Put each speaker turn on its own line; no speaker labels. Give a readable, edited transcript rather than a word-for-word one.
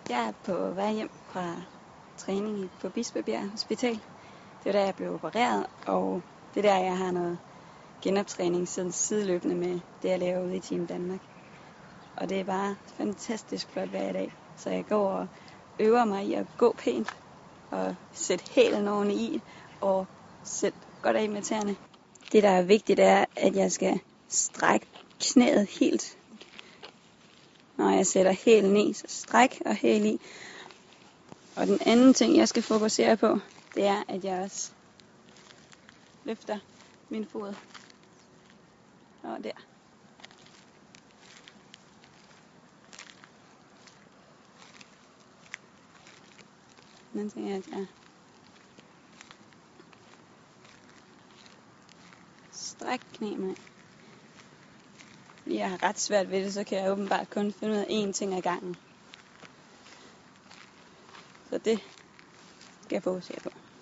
Jeg er på vej hjem fra træning på Bispebjerg Hospital. Det var der, jeg blev opereret, og det er der, jeg har noget genoptræning sideløbende med det, jeg laver ude i Team Danmark. Og det er bare fantastisk flot hver dag. Så jeg går og øver mig i at gå pænt, og sætte hælen ordentligt i, og sætte godt af med tæerne. Det, der er vigtigt, er, at jeg skal strække knæet helt. Når jeg sætter hælen i, så stræk og hæl i. Og den anden ting, jeg skal fokusere på, det er, at jeg også løfter min fod. Og der. Den anden ting er, at jeg strækker knæene. Fordi jeg har ret svært ved det, så kan jeg åbenbart kun finde ud af én ting ad gangen. Så det skal jeg fokusere på.